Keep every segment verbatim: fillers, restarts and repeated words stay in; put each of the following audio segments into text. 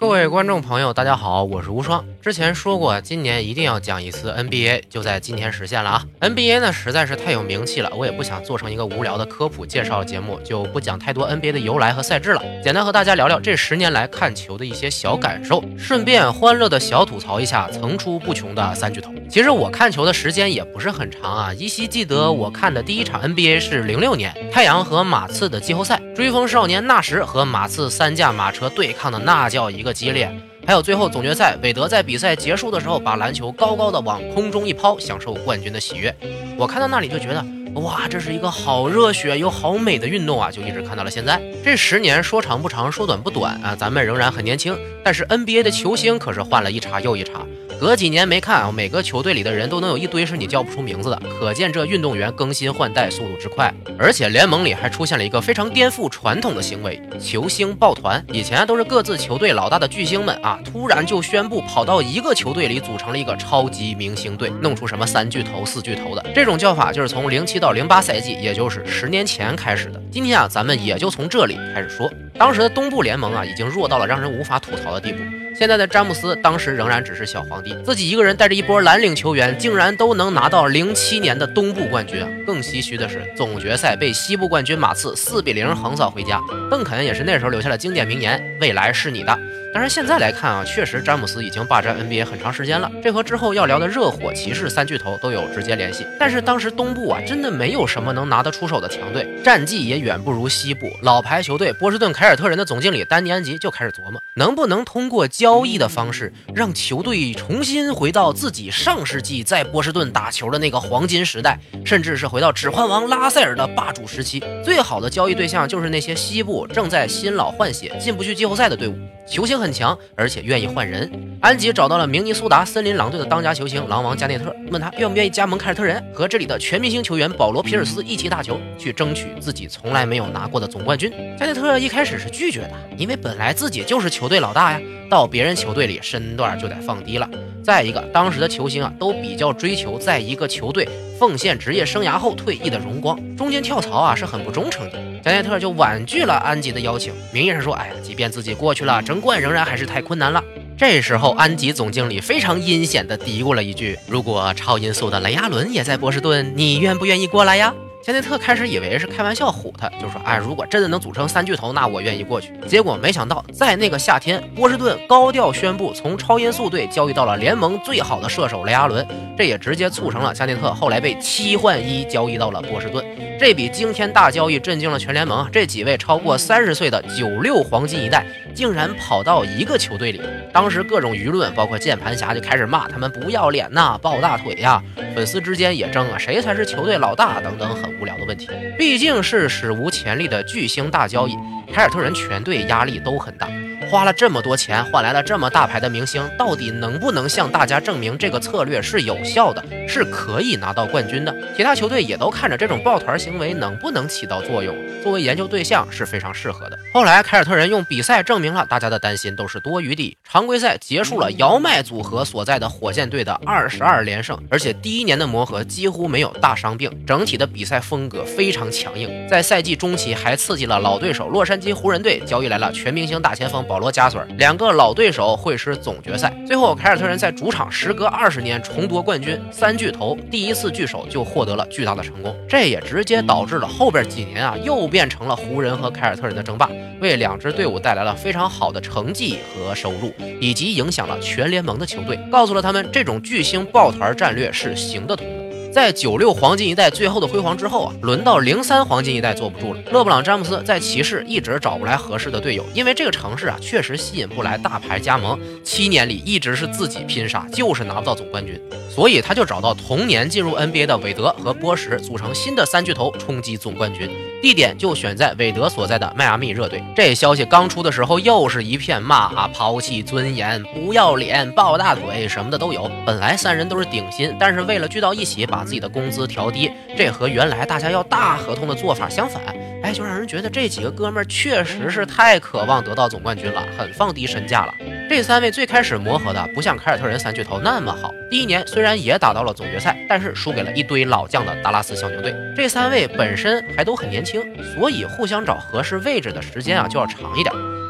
各位观众朋友大家好，我是无双。之前说过今年一定要讲一次 N B A， 就在今天实现了啊。 N B A 呢实在是太有名气了，我也不想做成一个无聊的科普介绍节目，就不讲太多 N B A 的由来和赛制了，简单和大家聊聊这十年来看球的一些小感受，顺便欢乐的小吐槽一下层出不穷的三巨头。其实我看球的时间也不是很长啊，依稀记得我看的第一场 N B A 是零六年太阳和马刺的季后赛，追风少年纳什和马刺三驾马车对抗的那叫一个激烈，还有最后总决赛韦德在比赛结束的时候把篮球高高的往空中一抛，享受冠军的喜悦。我看到那里就觉得哇，这是一个好热血又好美的运动啊，就一直看到了现在。这十年说长不长说短不短啊，咱们仍然很年轻，但是 N B A 的球星可是换了一茬又一茬，隔几年没看啊，每个球队里的人都能有一堆是你叫不出名字的，可见这运动员更新换代速度之快。而且联盟里还出现了一个非常颠覆传统的行为，球星抱团。以前都是各自球队老大的巨星们啊，突然就宣布跑到一个球队里组成了一个超级明星队，弄出什么三巨头四巨头的。这种叫法就是从零七到零八赛季，也就是十年前开始的。今天啊，咱们也就从这里开始说。当时的东部联盟啊，已经弱到了让人无法吐槽的地步。现在的詹姆斯当时仍然只是小皇帝，自己一个人带着一波蓝领球员，竟然都能拿到零七年的东部冠军。更唏嘘的是，总决赛被西部冠军马刺四比零横扫回家。邓肯也是那时候留下了经典名言：“未来是你的。”但是现在来看啊，确实詹姆斯已经霸占 N B A 很长时间了，这和之后要聊的热火、骑士三巨头都有直接联系。但是当时东部啊，真的没有什么能拿得出手的强队，战绩也远不如西部。老牌球队波士顿凯尔特人的总经理丹尼安吉就开始琢磨，能不能通过交易的方式，让球队重新回到自己上世纪在波士顿打球的那个黄金时代，甚至是回到指环王拉塞尔的霸主时期。最好的交易对象就是那些西部正在新老换血、进不去季后赛的队伍，球星很强，而且愿意换人。安吉找到了明尼苏达森林狼队的当家球星狼王加内特，问他愿不愿意加盟凯尔特人，和这里的全明星球员保罗皮尔斯一起打球，去争取自己从来没有拿过的总冠军。加内特一开始是拒绝的，因为本来自己就是球队老大呀，到别人球队里身段就得放低了。再一个，当时的球星啊，都比较追求在一个球队奉献职业生涯后退役的荣光，中间跳槽啊是很不忠诚的。加内特就婉拒了安吉的邀请，名义上说，哎呀，即便自己过去了，争冠仍然还是太困难了。这时候安吉总经理非常阴险地嘀咕了一句，如果超音速的雷阿伦也在波士顿，你愿不愿意过来呀？加内特开始以为是开玩笑唬他，就说哎，如果真的能组成三巨头，那我愿意过去。结果没想到，在那个夏天，波士顿高调宣布从超音速队交易到了联盟最好的射手雷阿伦，这也直接促成了加内特后来被七换一交易到了波士顿。这笔惊天大交易震惊了全联盟，这几位超过三十岁的九六黄金一代竟然跑到一个球队里。当时各种舆论，包括键盘侠就开始骂他们不要脸呐、抱大腿呀、啊，粉丝之间也争啊，谁才是球队老大等等很无聊的问题。毕竟是史无前例的巨星大交易，凯尔特人全队压力都很大，花了这么多钱换来了这么大牌的明星，到底能不能向大家证明这个策略是有效的，是可以拿到冠军的？其他球队也都看着这种抱团行为能不能起到作用，作为研究对象是非常适合的。后来凯尔特人用比赛证明了大家的担心都是多余的，常规赛结束了姚麦组合所在的火箭队的二十二连胜，而且第一年的磨合几乎没有大伤病，整体的比赛风格非常强硬，在赛季中期还刺激了老对手洛杉矶湖人队，交易来了全明星大前锋保罗加索尔，两个老对手会师总决赛。最后凯尔特人在主场时隔二十年重夺冠军，三巨头第一次聚首就获得了巨大的成功，这也直接导致了后边几年啊又变成了湖人和凯尔特人的争霸，为两支队伍带来了非常好的成绩和收入，以及影响了全联盟的球队，告诉了他们这种巨星抱团战略是行得通的。在九六黄金一代最后的辉煌之后啊，轮到零三黄金一代坐不住了。勒布朗詹姆斯在骑士一直找不来合适的队友，因为这个城市啊确实吸引不来大牌加盟，七年里一直是自己拼杀，就是拿不到总冠军，所以他就找到同年进入 N B A 的韦德和波什，组成新的三巨头冲击总冠军。地点就选在韦德所在的迈阿密热队。这消息刚出的时候，又是一片骂啊，抛弃尊严、不要脸、抱大腿什么的都有。本来三人都是顶薪，但是为了聚到一起，把自己的工资调低，这和原来大家要大合同的做法相反。哎，就让人觉得这几个哥们儿确实是太渴望得到总冠军了，很放低身价了。这三位最开始磨合的不像凯尔特人三巨头那么好，第一年虽然也打到了总决赛，但是输给了一堆老将的达拉斯小牛队。这三位本身还都很年轻，所以互相找合适位置的时间啊就要长一点。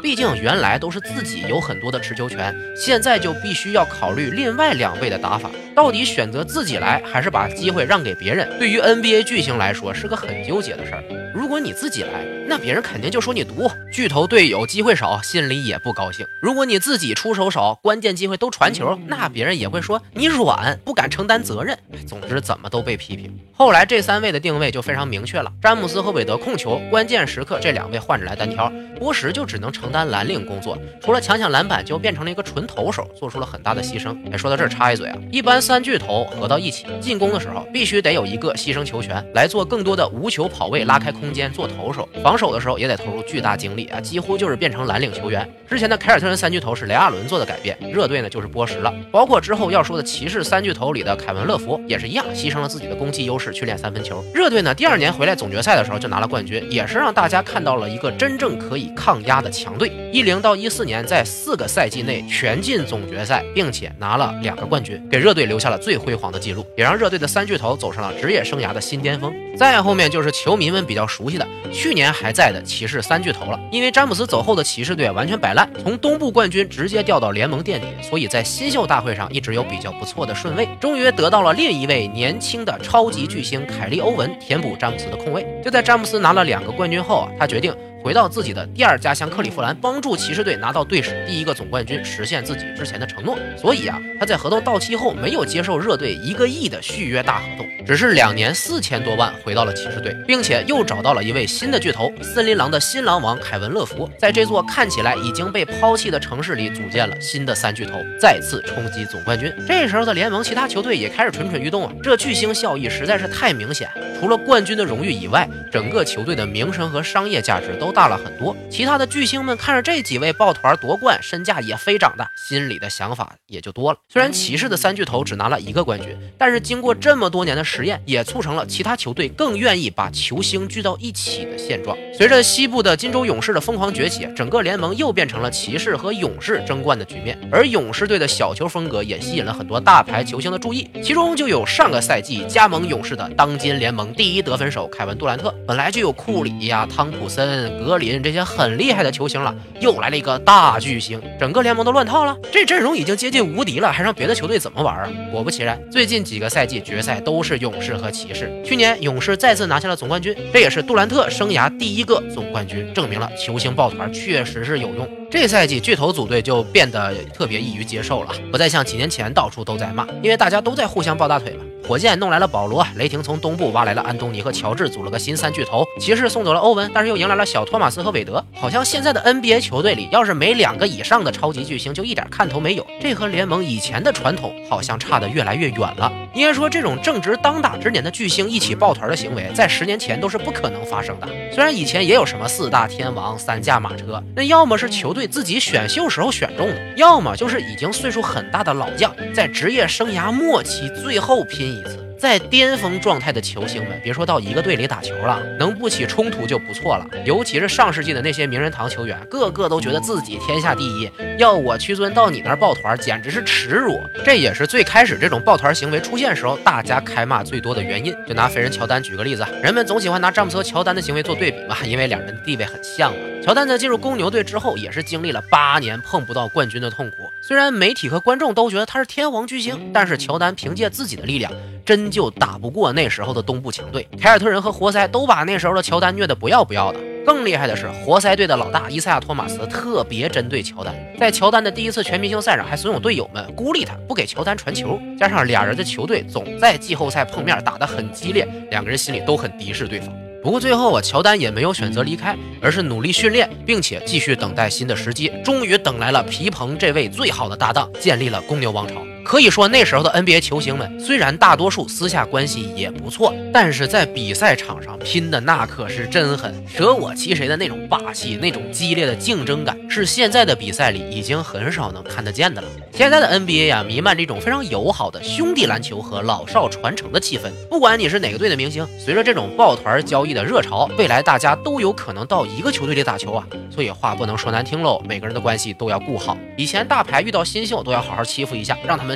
毕竟原来都是自己有很多的持球权，现在就必须要考虑另外两位的打法，到底选择自己来还是把机会让给别人，对于 N B A 巨星来说是个很纠结的事儿。如果你自己来，那别人肯定就说你毒，巨头队友机会少，心里也不高兴。如果你自己出手少，关键机会都传球，那别人也会说你软，不敢承担责任。总之怎么都被批评。后来这三位的定位就非常明确了，詹姆斯和韦德控球，关键时刻这两位换着来单挑，波什就只能承担蓝领工作，除了抢抢篮板就变成了一个纯投手，做出了很大的牺牲。哎，说到这儿插一嘴啊，一般三巨头合到一起进攻的时候，必须得有一个牺牲球权来做更多的无球跑位，拉开空间做投手，防守的时候也得投入巨大精力啊，几乎就是变成蓝领球员。之前的凯尔特人三巨头是雷阿伦做的改变，热队呢就是波什了，包括之后要说的骑士三巨头里的凯文勒福也是一样，牺牲了自己的攻击优势去练三分球。热队呢第二年回来总决赛的时候就拿了冠军，也是让大家看到了一个真正可以抗压的强队。一零到一四年在四个赛季内全进总决赛，并且拿了两个冠军，给热队留下了最辉煌的记录，也让热队的三巨头走上了职业生涯的新巅峰。再后面就是球迷们比较熟悉的去年还在的骑士三巨头了，因为詹姆斯走后的骑士队完全摆烂，从东部冠军直接掉到联盟垫底，所以在新秀大会上一直有比较不错的顺位，终于得到了另一位年轻的超级巨星凯利欧文填补詹姆斯的空位。就在詹姆斯拿了两个冠军后啊，他决定回到自己的第二家乡克利夫兰，帮助骑士队拿到队史第一个总冠军，实现自己之前的承诺。所以啊，他在合同到期后没有接受热队一个亿的续约大合同，只是两年四千多万回到了骑士队，并且又找到了一位新的巨头，森林狼的新狼王凯文勒福，在这座看起来已经被抛弃的城市里组建了新的三巨头，再次冲击总冠军。这时候的联盟其他球队也开始蠢蠢欲动啊，这巨星效益实在是太明显，除了冠军的荣誉以外，整个球队的名声和商业价值都大了很多。其他的巨星们看着这几位抱团夺冠，身价也飞涨的，心里的想法也就多了。虽然骑士的三巨头只拿了一个冠军，但是经过这么多年的实验，也促成了其他球队更愿意把球星聚到一起的现状。随着西部的金州勇士的疯狂崛起，整个联盟又变成了骑士和勇士争冠的局面，而勇士队的小球风格也吸引了很多大牌球星的注意，其中就有上个赛季加盟勇士的当今联盟第一得分手凯文杜兰特。本来就有库里呀、汤普森、格林这些很厉害的球星了，又来了一个大巨星，整个联盟都乱套了。这阵容已经接近无敌了，还让别的球队怎么玩啊？果不其然，最近几个赛季决赛都是勇士和骑士。去年勇士再次拿下了总冠军，这也是杜兰特生涯第一个总冠军，证明了球星抱团确实是有用。这赛季巨头组队就变得特别易于接受了，不再像几年前到处都在骂，因为大家都在互相抱大腿嘛。火箭弄来了保罗，雷霆从东部挖来了安东尼和乔治，组了个新三巨头。骑士送走了欧文，但是又迎来了小托马斯和韦德。好像现在的 N B A 球队里，要是没两个以上的超级巨星，就一点看头没有。这和联盟以前的传统好像差得越来越远了。应该说，这种正值当打之年的巨星一起抱团的行为，在十年前都是不可能发生的。虽然以前也有什么四大天王、三驾马车，那要么是球队自己选秀时候选中的，要么就是已经岁数很大的老将，在职业生涯末期最后拼一次。在巅峰状态的球星们，别说到一个队里打球了，能不起冲突就不错了。尤其是上世纪的那些名人堂球员，个个都觉得自己天下第一，要我屈尊到你那儿抱团，简直是耻辱。这也是最开始这种抱团行为出现时候，大家开骂最多的原因。就拿飞人乔丹举个例子，人们总喜欢拿詹姆斯和乔丹的行为做对比嘛，因为两人的地位很像嘛。乔丹在进入公牛队之后，也是经历了八年碰不到冠军的痛苦。虽然媒体和观众都觉得他是天王巨星，但是乔丹凭借自己的力量，真就打不过那时候的东部强队。凯尔特人和活塞都把那时候的乔丹虐得不要不要的。更厉害的是，活塞队的老大伊赛亚·托马斯特别针对乔丹，在乔丹的第一次全明星赛上还怂恿队友们孤立他，不给乔丹传球。加上俩人的球队总在季后赛碰面，打得很激烈，两个人心里都很敌视对方。不过最后啊，乔丹也没有选择离开，而是努力训练，并且继续等待新的时机。终于等来了皮蓬这位最好的搭档，建立了公牛王朝。可以说那时候的 N B A 球星们虽然大多数私下关系也不错，但是在比赛场上拼的那可是真狠，舍我其谁的那种霸气，那种激烈的竞争感，是现在的比赛里已经很少能看得见的了。现在的 N B A 啊，弥漫着一种非常友好的兄弟篮球和老少传承的气氛。不管你是哪个队的明星，随着这种抱团交易的热潮，未来大家都有可能到一个球队里打球啊。所以话不能说难听喽，每个人的关系都要顾好。以前大牌遇到新秀都要好好欺负一下，让他们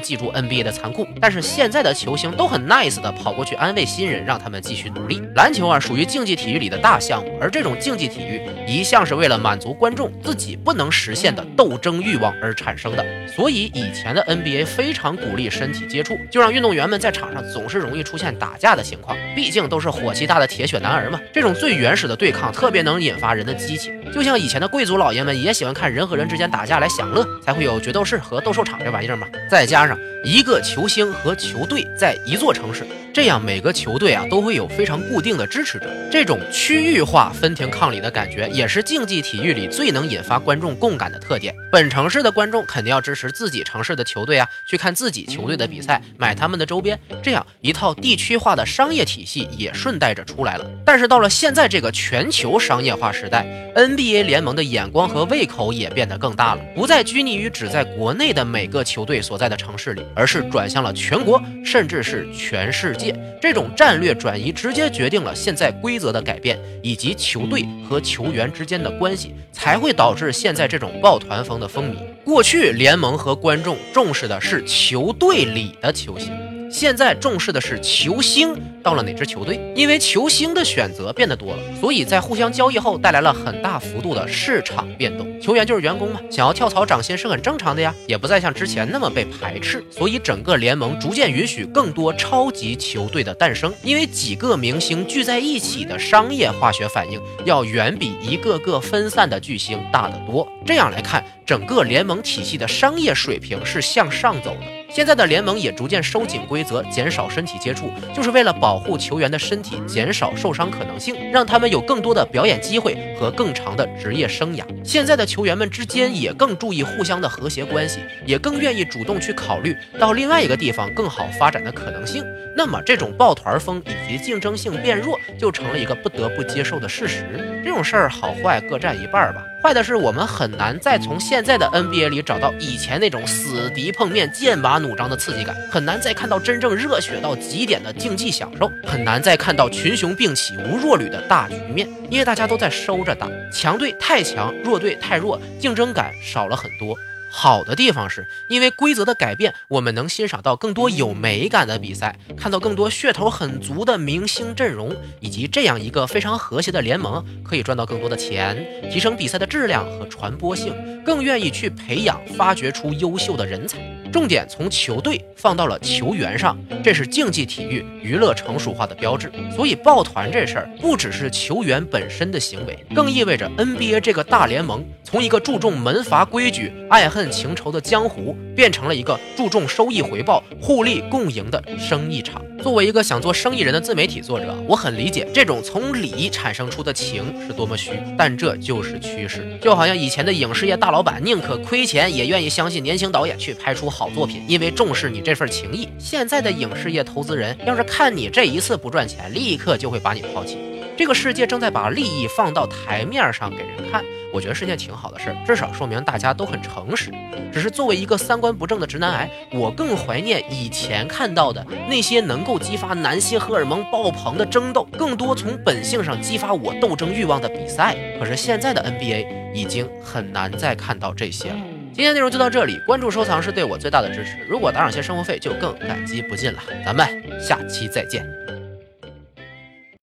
记住 N B A 的残酷，但是现在的球星都很 nice 的跑过去安慰新人，让他们继续努力。篮球啊，属于竞技体育里的大项目，而这种竞技体育一向是为了满足观众自己不能实现的斗争欲望而产生的，所以以前的 N B A 非常鼓励身体接触，就让运动员们在场上总是容易出现打架的情况，毕竟都是火气大的铁血男儿嘛。这种最原始的对抗特别能引发人的激情，就像以前的贵族老爷们也喜欢看人和人之间打架来享乐，才会有决斗士和斗兽场这玩意儿嘛。再加上一个球星和球队在一座城市，这样每个球队啊都会有非常固定的支持者，这种区域化分庭抗礼的感觉也是竞技体育里最能引发观众共感的特点。本城市的观众肯定要支持自己城市的球队啊，去看自己球队的比赛，买他们的周边，这样一套地区化的商业体系也顺带着出来了。但是到了现在这个全球商业化时代， N B A 联盟的眼光和胃口也变得更大了，不再拘泥于只在国内的每个球队所在的城市里，而是转向了全国，甚至是全世界。这种战略转移直接决定了现在规则的改变，以及球队和球员之间的关系，才会导致现在这种抱团风的风靡。过去联盟和观众重视的是球队里的球星，现在重视的是球星到了哪支球队，因为球星的选择变得多了，所以在互相交易后带来了很大幅度的市场变动。球员就是员工嘛，想要跳槽涨薪是很正常的呀，也不再像之前那么被排斥，所以整个联盟逐渐允许更多超级球队的诞生，因为几个明星聚在一起的商业化学反应要远比一个个分散的巨星大得多。这样来看，整个联盟体系的商业水平是向上走的。现在的联盟也逐渐收紧规则，减少身体接触，就是为了保护球员的身体，减少受伤可能性，让他们有更多的表演机会和更长的职业生涯。现在的球员们之间也更注意互相的和谐关系，也更愿意主动去考虑到另外一个地方更好发展的可能性。那么这种抱团风以及竞争性变弱就成了一个不得不接受的事实。这种事儿好坏各占一半吧。坏的是我们很难再从现在的 N B A 里找到以前那种死敌碰面剑拔弩张的刺激感，很难再看到真正热血到极点的竞技享受，很难再看到群雄并起无弱旅的大局面，因为大家都在收着打，强队太强，弱队太弱，竞争感少了很多。好的地方是因为规则的改变，我们能欣赏到更多有美感的比赛，看到更多噱头很足的明星阵容，以及这样一个非常和谐的联盟可以赚到更多的钱，提升比赛的质量和传播性，更愿意去培养发掘出优秀的人才。重点从球队放到了球员上，这是竞技体育娱乐成熟化的标志。所以抱团这事儿不只是球员本身的行为，更意味着 N B A 这个大联盟从一个注重门阀规矩、爱恨情仇的江湖，变成了一个注重收益回报、互利共赢的生意场。作为一个想做生意人的自媒体作者，我很理解这种从理产生出的情是多么虚，但这就是趋势。就好像以前的影视业大老板宁可亏钱也愿意相信年轻导演去拍出好作品，因为重视你这份情谊。现在的影视业投资人要是看你这一次不赚钱，立刻就会把你抛弃。这个世界正在把利益放到台面上给人看，我觉得是件挺好的事儿，至少说明大家都很诚实。只是作为一个三观不正的直男癌，我更怀念以前看到的那些能够激发男性荷尔蒙爆棚的争斗，更多从本性上激发我斗争欲望的比赛。可是现在的 N B A 已经很难再看到这些了。今天内容就到这里，关注收藏是对我最大的支持，如果打赏些生活费就更感激不尽了。咱们下期再见。